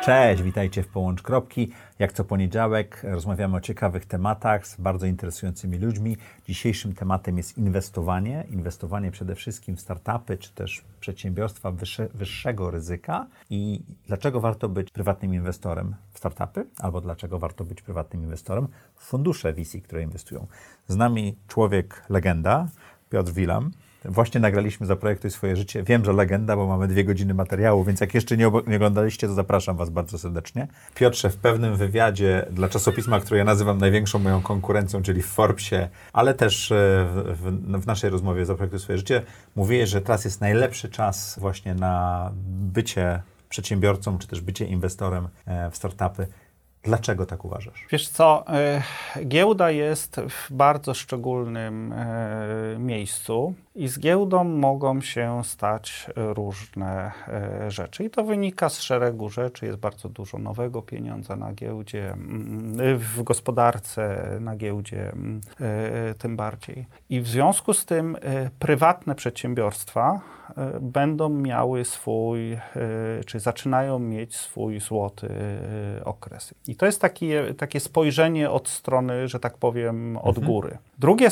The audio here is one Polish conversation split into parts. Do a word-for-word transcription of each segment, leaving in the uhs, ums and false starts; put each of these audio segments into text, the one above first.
Cześć, witajcie w Połącz Kropki. Jak co poniedziałek rozmawiamy o ciekawych tematach z bardzo interesującymi ludźmi. Dzisiejszym tematem jest inwestowanie. Inwestowanie przede wszystkim w startupy, czy też przedsiębiorstwa wyższe, wyższego ryzyka. I dlaczego warto być prywatnym inwestorem w startupy, albo dlaczego warto być prywatnym inwestorem w fundusze V C, które inwestują. Z nami człowiek legenda, Piotr Wilam. Właśnie nagraliśmy Zaprojektuj swoje życie. Wiem, że legenda, bo mamy dwie godziny materiału, więc jak jeszcze nie, nie oglądaliście, to zapraszam Was bardzo serdecznie. Piotrze, w pewnym wywiadzie dla czasopisma, które ja nazywam największą moją konkurencją, czyli w Forbesie, ale też w, w, w naszej rozmowie Zaprojektuj swoje życie, mówiłeś, że teraz jest najlepszy czas właśnie na bycie przedsiębiorcą, czy też bycie inwestorem w startupy. Dlaczego tak uważasz? Wiesz co, giełda jest w bardzo szczególnym miejscu i z giełdą mogą się stać różne rzeczy. I to wynika z szeregu rzeczy. Jest bardzo dużo nowego pieniądza na giełdzie, w gospodarce, na giełdzie tym bardziej. I w związku z tym prywatne przedsiębiorstwa będą miały swój, czy zaczynają mieć swój złoty okres. I to jest takie, takie spojrzenie od strony, że tak powiem, od mhm. góry. Drugie,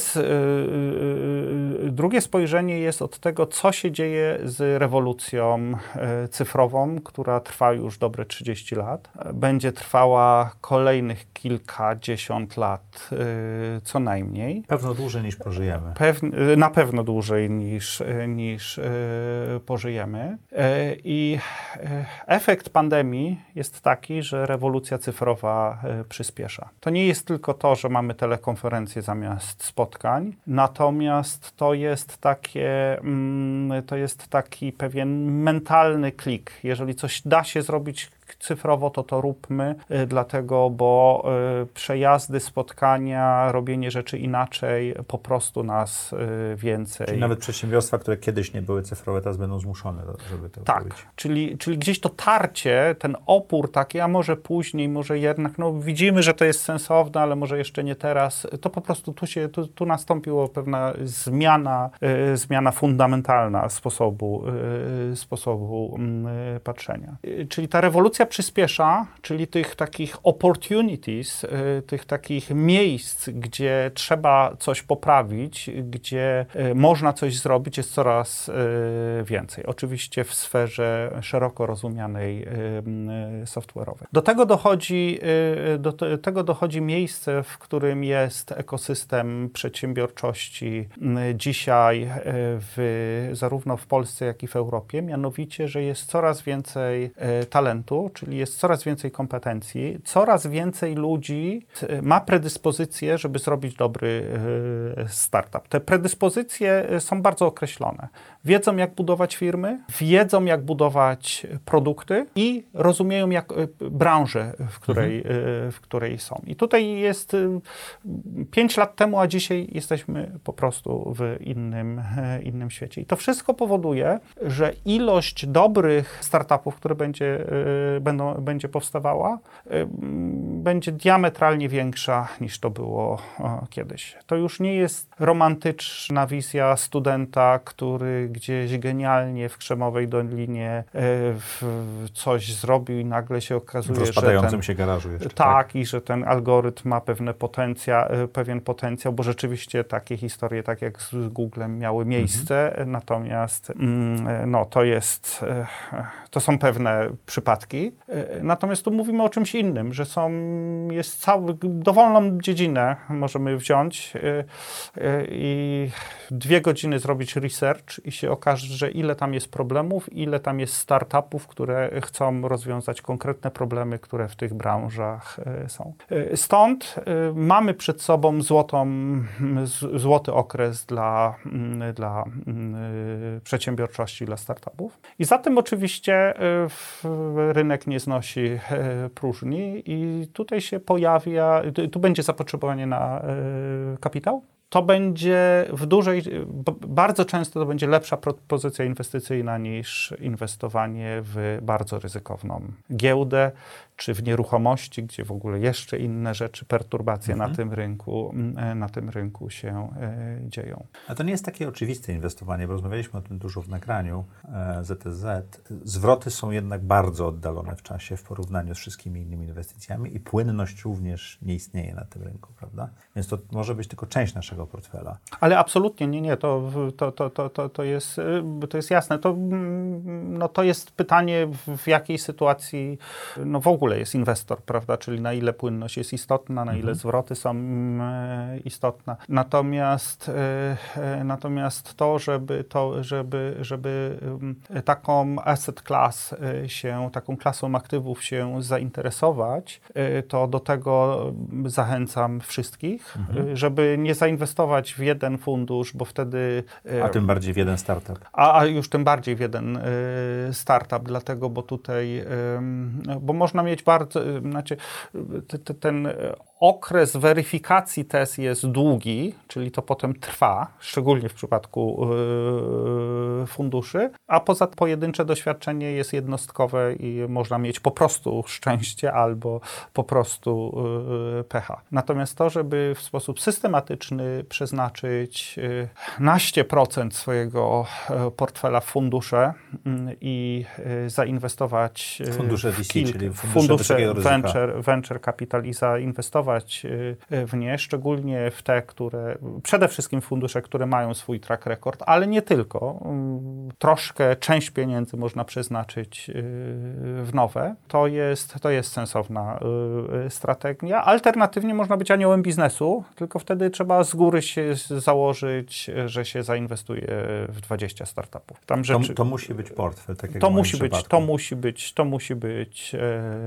drugie spojrzenie jest od tego, co się dzieje z rewolucją cyfrową, która trwa już dobre trzydzieści lat. Będzie trwała kolejnych kilkadziesiąt lat co najmniej. Pewno dłużej niż pożyjemy. Pewne, na pewno dłużej niż, niż pożyjemy. I efekt pandemii jest taki, że rewolucja cyfrowa przyspiesza. To nie jest tylko to, że mamy telekonferencje zamiast spotkań, natomiast to jest takie, to jest taki pewien mentalny klik. Jeżeli coś da się zrobić cyfrowo, to to róbmy, dlatego, bo przejazdy, spotkania, robienie rzeczy inaczej po prostu nas więcej... Czyli nawet przedsiębiorstwa, które kiedyś nie były cyfrowe, teraz będą zmuszone, żeby to tak, robić. Czyli, czyli gdzieś to tarcie, ten opór taki, a może później, może jednak, no widzimy, że to jest sensowne, ale może jeszcze nie teraz, to po prostu tu się, tu, tu nastąpiła pewna zmiana, y, zmiana fundamentalna sposobu, y, sposobu y, patrzenia. Y, czyli ta rewolucja przyspiesza, czyli tych takich opportunities, y, tych takich miejsc, gdzie trzeba coś poprawić, gdzie y, można coś zrobić, jest coraz y, więcej. Oczywiście w sferze szeroko rozumianej y, y, software'owej. Do tego dochodzi, y, do te, tego dochodzi miejsce, w którym jest ekosystem przedsiębiorczości y, dzisiaj y, w, zarówno w Polsce, jak i w Europie, mianowicie, że jest coraz więcej y, talentu, czyli jest coraz więcej kompetencji, coraz więcej ludzi ma predyspozycje, żeby zrobić dobry startup. Te predyspozycje są bardzo określone. Wiedzą, jak budować firmy, wiedzą, jak budować produkty i rozumieją jak, branżę, w której, mhm. w której są. I tutaj jest pięć lat temu, a dzisiaj jesteśmy po prostu w innym, innym świecie. I to wszystko powoduje, że ilość dobrych startupów, które będzie Będą, będzie powstawała, y, będzie diametralnie większa niż to było o, kiedyś. To już nie jest romantyczna wizja studenta, który gdzieś genialnie w Krzemowej Dolinie y, w, coś zrobił i nagle się okazuje, w rozpadającym że ten, się garażu jeszcze. Tak, tak, i że ten algorytm ma pewne potencja, y, pewien potencjał, bo rzeczywiście takie historie, tak jak z Googlem, miały miejsce, mhm. natomiast y, no, to jest, y, to są pewne przypadki. Natomiast tu mówimy o czymś innym, że są, jest cały, dowolną dziedzinę możemy wziąć i dwie godziny zrobić research i się okaże, że ile tam jest problemów, ile tam jest startupów, które chcą rozwiązać konkretne problemy, które w tych branżach są. Stąd mamy przed sobą złotą, złoty okres dla, dla przedsiębiorczości, dla startupów. I za tym oczywiście rynek nie znosi próżni i tutaj się pojawia, tu będzie zapotrzebowanie na kapitał to będzie w dużej, bardzo często to będzie lepsza propozycja inwestycyjna niż inwestowanie w bardzo ryzykowną giełdę, czy w nieruchomości, gdzie w ogóle jeszcze inne rzeczy, perturbacje mhm. na tym rynku, na tym rynku się e, dzieją. A to nie jest takie oczywiste inwestowanie, bo rozmawialiśmy o tym dużo w nagraniu e, Z T Z. Zwroty są jednak bardzo oddalone w czasie w porównaniu z wszystkimi innymi inwestycjami i płynność również nie istnieje na tym rynku, prawda? Więc to może być tylko część naszego portfela. Ale absolutnie nie, nie, to, to, to, to, to, to, jest, to jest jasne. To, no, to jest pytanie, w jakiej sytuacji no, w ogóle jest inwestor, prawda? Czyli na ile płynność jest istotna, na ile mhm. zwroty są e, istotne. Natomiast, e, natomiast to, żeby, to, żeby, żeby e, taką asset class e, się, taką klasą aktywów się zainteresować, e, to do tego zachęcam wszystkich, mhm. e, żeby nie zainwestować w jeden fundusz, bo wtedy... E, a tym bardziej w jeden startup. A, a już tym bardziej w jeden e, startup, dlatego, bo tutaj, e, bo można mieć bardzo, znaczy t, t, ten okres weryfikacji tez jest długi, czyli to potem trwa, szczególnie w przypadku yy, funduszy, a poza tym pojedyncze doświadczenie jest jednostkowe i można mieć po prostu szczęście albo po prostu yy, pecha. Natomiast to, żeby w sposób systematyczny przeznaczyć yy, naście procent swojego yy, portfela w fundusze yy, i yy, zainwestować yy, fundusze w V C, kilka, czyli fundusze, fundusze venture, venture capital i zainwestować w nie, szczególnie w te, które, przede wszystkim fundusze, które mają swój track record, ale nie tylko. Troszkę, część pieniędzy można przeznaczyć w nowe. To jest, to jest sensowna strategia. Alternatywnie można być aniołem biznesu, tylko wtedy trzeba z góry się założyć, że się zainwestuje w dwadzieścia startupów. Tam rzeczy, to, to musi być portfel, tak jak to w musi być, przypadku. to musi być, to musi być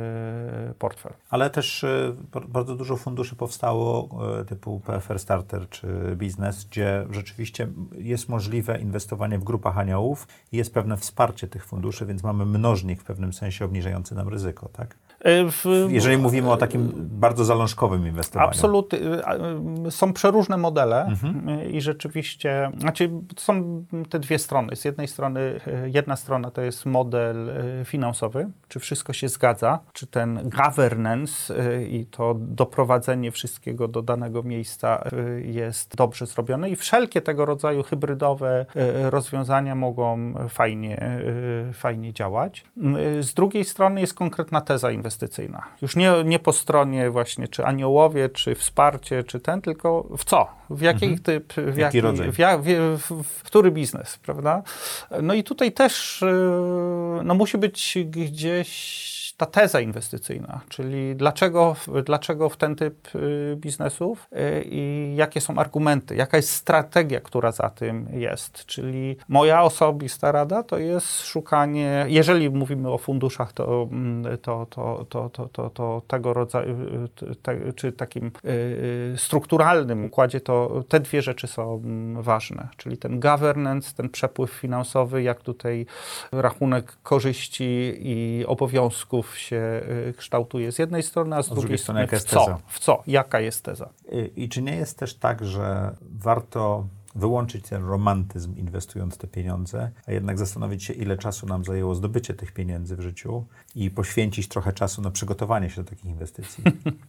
e, portfel. Ale też e, bardzo dużo funduszy powstało e, typu P F R Starter czy Biznes, gdzie rzeczywiście jest możliwe inwestowanie w grupach aniołów i jest pewne wsparcie tych funduszy, więc mamy mnożnik w pewnym sensie obniżający nam ryzyko, tak? W, Jeżeli mówimy o takim bardzo zalążkowym inwestowaniu. Absolutnie. Są przeróżne modele mhm. i rzeczywiście, znaczy są te dwie strony. Z jednej strony, jedna strona to jest model finansowy, czy wszystko się zgadza, czy ten governance i to doprowadzenie wszystkiego do danego miejsca jest dobrze zrobione i wszelkie tego rodzaju hybrydowe rozwiązania mogą fajnie, fajnie działać. Z drugiej strony jest konkretna teza inwestycyjna. inwestycyjna. Już nie, nie po stronie właśnie czy aniołowie, czy wsparcie, czy ten, tylko w co? W jaki mhm. typ, w jaki, jaki rodzaj? W, w, w, w który biznes, prawda? No i tutaj też no, musi być gdzieś ta teza inwestycyjna, czyli dlaczego, dlaczego w ten typ biznesów i jakie są argumenty, jaka jest strategia, która za tym jest. Czyli moja osobista rada to jest szukanie, jeżeli mówimy o funduszach, to, to, to, to, to, to, to tego rodzaju, te, czy takim strukturalnym układzie, to te dwie rzeczy są ważne. Czyli ten governance, ten przepływ finansowy, jak tutaj rachunek korzyści i obowiązków się kształtuje z jednej strony, a z, z drugiej, drugiej strony, strony w co? w co? Jaka jest teza? I, I czy nie jest też tak, że warto wyłączyć ten romantyzm inwestując te pieniądze, a jednak zastanowić się, ile czasu nam zajęło zdobycie tych pieniędzy w życiu i poświęcić trochę czasu na przygotowanie się do takich inwestycji?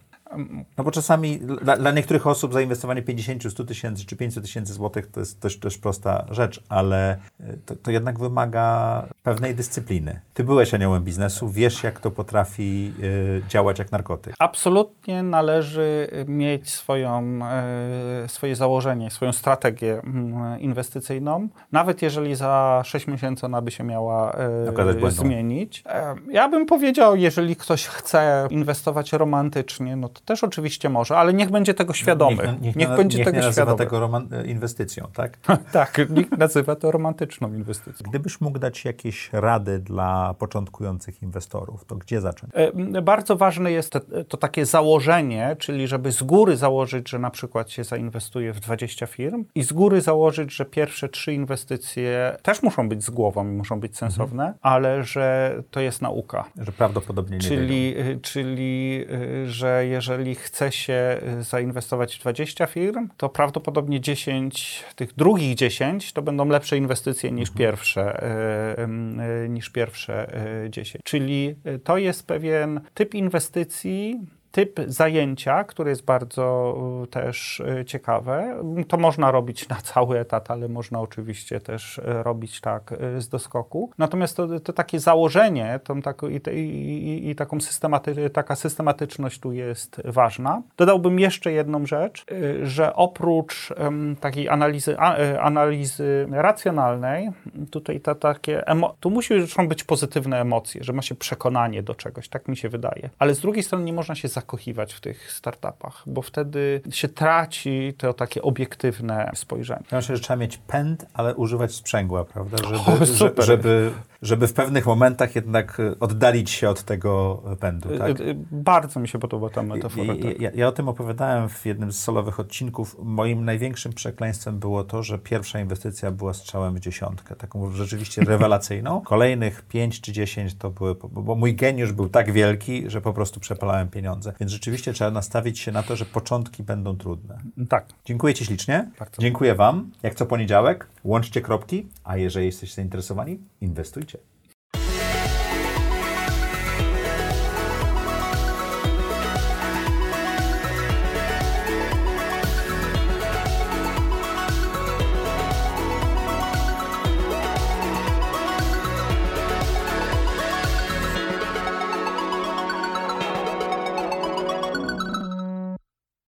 No bo czasami dla, dla niektórych osób zainwestowanie pięćdziesiąt, sto tysięcy czy pięćset tysięcy złotych to jest też, też prosta rzecz, ale to, to jednak wymaga pewnej dyscypliny. Ty byłeś aniołem biznesu, wiesz, jak to potrafi y, działać jak narkotyk. Absolutnie należy mieć swoją, y, swoje założenie, swoją strategię y, inwestycyjną, nawet jeżeli za sześć miesięcy ona by się miała y, zmienić. Y, ja bym powiedział, jeżeli ktoś chce inwestować romantycznie, no to też oczywiście może, ale niech będzie tego świadomy. Niech, niech, niech na, będzie niech tego nie nazywa świadomy. tego roman- inwestycją, tak? Tak, niech nazywa to romantyczną inwestycją. Gdybyś mógł dać jakieś rady dla początkujących inwestorów, to gdzie zacząć? Bardzo ważne jest to, to takie założenie, czyli żeby z góry założyć, że na przykład się zainwestuje w dwadzieścia firm i z góry założyć, że pierwsze trzy inwestycje też muszą być z głową i muszą być sensowne, mhm. ale że to jest nauka. Że prawdopodobnie nie czyli, czyli, że jeżeli jeżeli chce się zainwestować w dwadzieścia firm, to prawdopodobnie dziesięć, tych drugich dziesięć to będą lepsze inwestycje niż pierwsze, niż pierwsze dziesięć. Czyli to jest pewien typ inwestycji, typ zajęcia, który jest bardzo też ciekawe. To można robić na cały etat, ale można oczywiście też robić tak z doskoku. Natomiast to, to takie założenie, tą taką, i, i, i taką systematy, taka systematyczność tu jest ważna. Dodałbym jeszcze jedną rzecz, że oprócz um, takiej analizy, a, analizy racjonalnej, tutaj ta, takie emo- tu muszą być pozytywne emocje, że ma się przekonanie do czegoś, tak mi się wydaje. Ale z drugiej strony nie można się zakochiwać w tych startupach, bo wtedy się traci to takie obiektywne spojrzenie. Ja myślę, że trzeba mieć pęd, ale używać sprzęgła, prawda? Żeby, O, super. żeby, żeby w pewnych momentach jednak oddalić się od tego pędu, tak? Bardzo mi się podoba ta metafora. Ja, ja, ja o tym opowiadałem w jednym z solowych odcinków. Moim największym przekleństwem było to, że pierwsza inwestycja była strzałem w dziesiątkę, taką rzeczywiście rewelacyjną. Kolejnych pięć czy dziesięć to były, bo mój geniusz był tak wielki, że po prostu przepalałem pieniądze. Więc rzeczywiście trzeba nastawić się na to, że początki będą trudne. Tak. Dziękuję Ci ślicznie. Bardzo. Dziękuję Wam. Jak co poniedziałek, łączcie kropki, a jeżeli jesteście zainteresowani, inwestujcie.